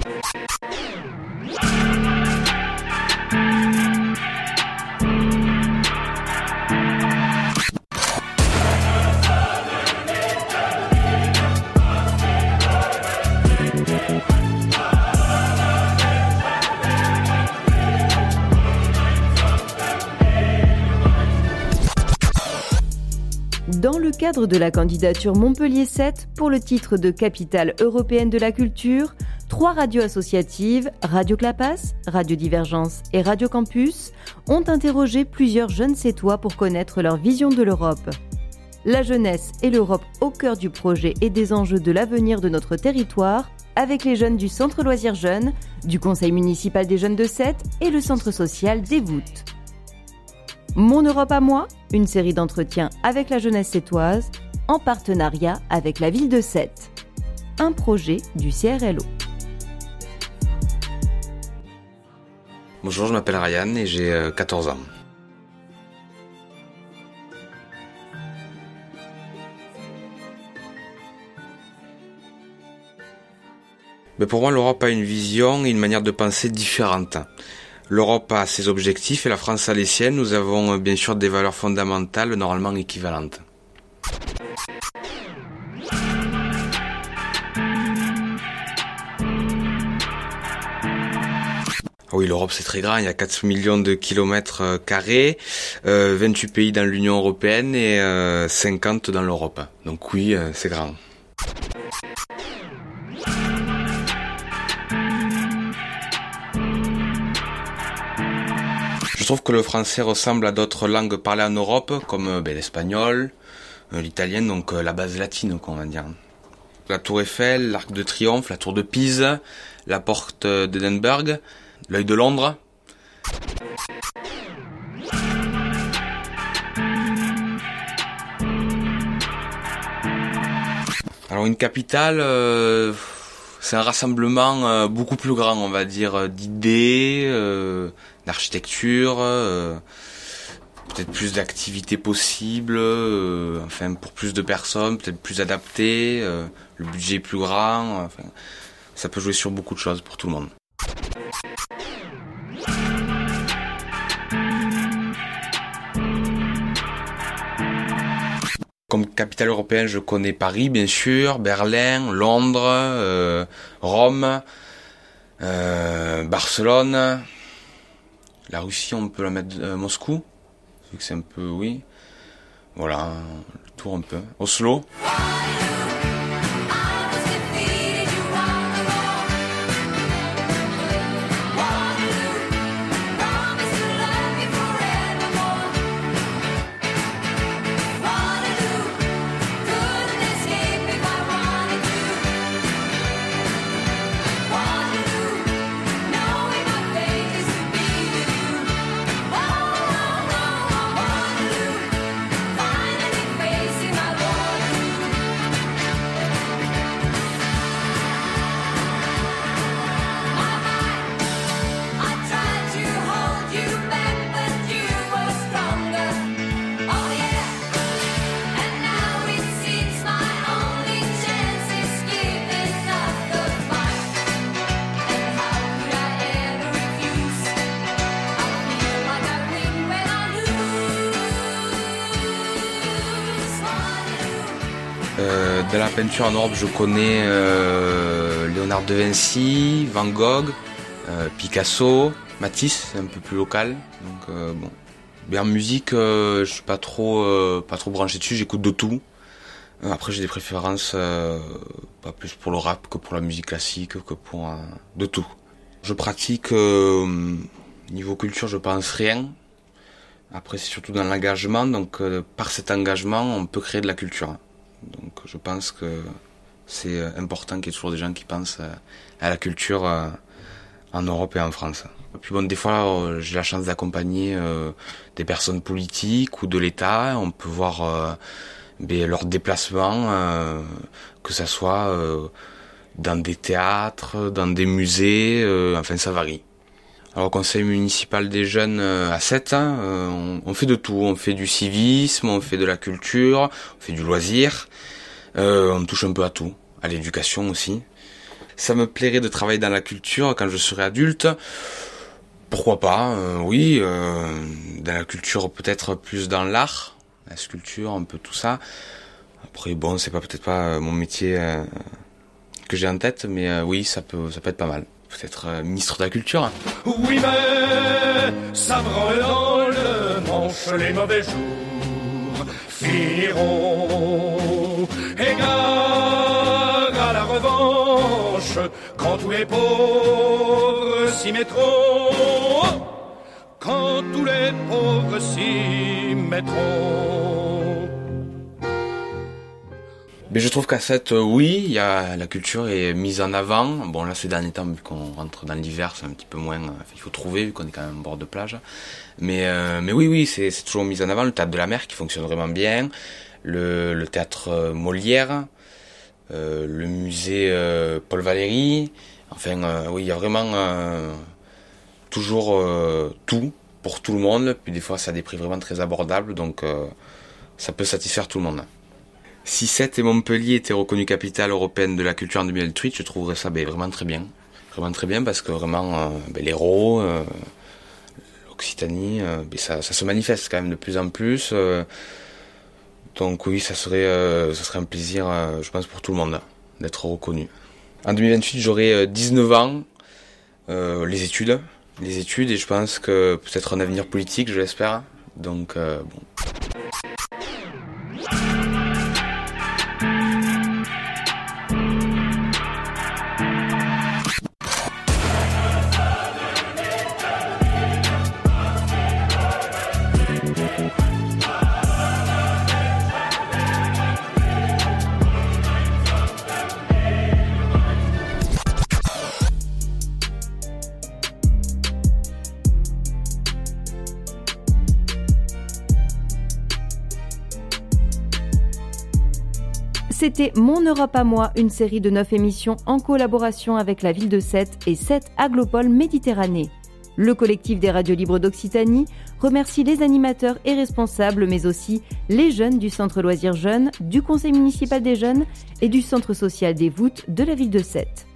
Dans le cadre de la candidature Montpellier 7 pour le titre de capitale européenne de la culture, 3 radios associatives, Radio Clapas, Radio Divergence et Radio Campus, ont interrogé plusieurs jeunes Sétois pour connaître leur vision de l'Europe. La jeunesse et l'Europe au cœur du projet et des enjeux de l'avenir de notre territoire, avec les jeunes du Centre Loisirs Jeunes, du Conseil municipal des jeunes de Sète et le Centre social des Voûtes. Mon Europe à moi, une série d'entretiens avec la jeunesse sétoise, en partenariat avec la ville de Sète. Un projet du CRLO. Bonjour, je m'appelle Ryan et j'ai 14 ans. Mais pour moi, l'Europe a une vision et une manière de penser différente. L'Europe a ses objectifs et la France a les siennes. Nous avons bien sûr des valeurs fondamentales normalement équivalentes. Oui, l'Europe c'est très grand, il y a 4 millions de kilomètres carrés, 28 pays dans l'Union européenne et 50 dans l'Europe. Donc oui, c'est grand. Je trouve que le français ressemble à d'autres langues parlées en Europe, comme l'espagnol, l'italien, donc la base latine, on va dire. La tour Eiffel, l'Arc de Triomphe, la tour de Pise, la porte d'Édimbourg, l'œil de Londres. Alors une capitale, c'est un rassemblement beaucoup plus grand, on va dire, d'idées, d'architecture, peut-être plus d'activités possibles, enfin pour plus de personnes, peut-être plus adapté, le budget est plus grand, enfin, ça peut jouer sur beaucoup de choses pour tout le monde. Comme capitale européenne, je connais Paris, bien sûr, Berlin, Londres, Rome, Barcelone, la Russie, on peut la mettre Moscou, vu que c'est un peu, oui, voilà, le tour un peu, Oslo. De la peinture en Europe, je connais Léonard de Vinci, Van Gogh, Picasso, Matisse, c'est un peu plus local. Donc bon. Mais en musique, je suis pas trop branché dessus, j'écoute de tout. Après, j'ai des préférences, pas plus pour le rap que pour la musique classique, que pour de tout. Je pratique niveau culture, je pense rien. Après, c'est surtout dans l'engagement, donc par cet engagement, on peut créer de la culture. Donc je pense que c'est important qu'il y ait toujours des gens qui pensent à la culture en Europe et en France. Et puis bon, des fois j'ai la chance d'accompagner des personnes politiques ou de l'État. On peut voir leurs déplacements, que ça soit dans des théâtres, dans des musées, enfin ça varie. Alors au conseil municipal des jeunes à Sète, on fait de tout, on fait du civisme, on fait de la culture, on fait du loisir, on touche un peu à tout, à l'éducation aussi. ça me plairait de travailler dans la culture quand je serai adulte. Pourquoi pas, oui, dans la culture, peut-être plus dans l'art, la sculpture, un peu tout ça. Après, bon, c'est peut-être pas mon métier que j'ai en tête, mais oui, ça peut être pas mal. Peut-être ministre de la Culture. Oui, mais ça branle dans le manche, les mauvais jours finiront. Égard à la revanche, quand tous les pauvres s'y mettront. Quand tous les pauvres s'y mettront. Mais je trouve qu'à cette, oui, il y a la culture est mise en avant. Bon, là, ces derniers temps, vu qu'on rentre dans l'hiver, c'est un petit peu moins, il faut trouver, vu qu'on est quand même au bord de plage. Mais oui, c'est toujours mis en avant. Le théâtre de la mer qui fonctionne vraiment bien. Le théâtre Molière. Le musée Paul Valéry. Enfin, oui, il y a vraiment toujours tout pour tout le monde. Puis des fois, ça a des prix vraiment très abordables, donc ça peut satisfaire tout le monde. Si Sète et Montpellier étaient reconnus capitale européenne de la culture en 2028, je trouverais ça vraiment très bien. Vraiment très bien parce que vraiment, l'Hérault, l'Occitanie, ça se manifeste quand même de plus en plus. Donc oui, ça serait un plaisir, je pense, pour tout le monde d'être reconnu. En 2028, j'aurai 19 ans, les études, et je pense que peut-être un avenir politique, je l'espère. Donc bon. C'était Mon Europe à moi, une série de 9 émissions en collaboration avec la ville de Sète et Sète Aglopole Méditerranée. Le collectif des radios libres d'Occitanie remercie les animateurs et responsables, mais aussi les jeunes du Centre Loisirs Jeunes, du Conseil municipal des jeunes et du Centre social des Voûtes de la ville de Sète.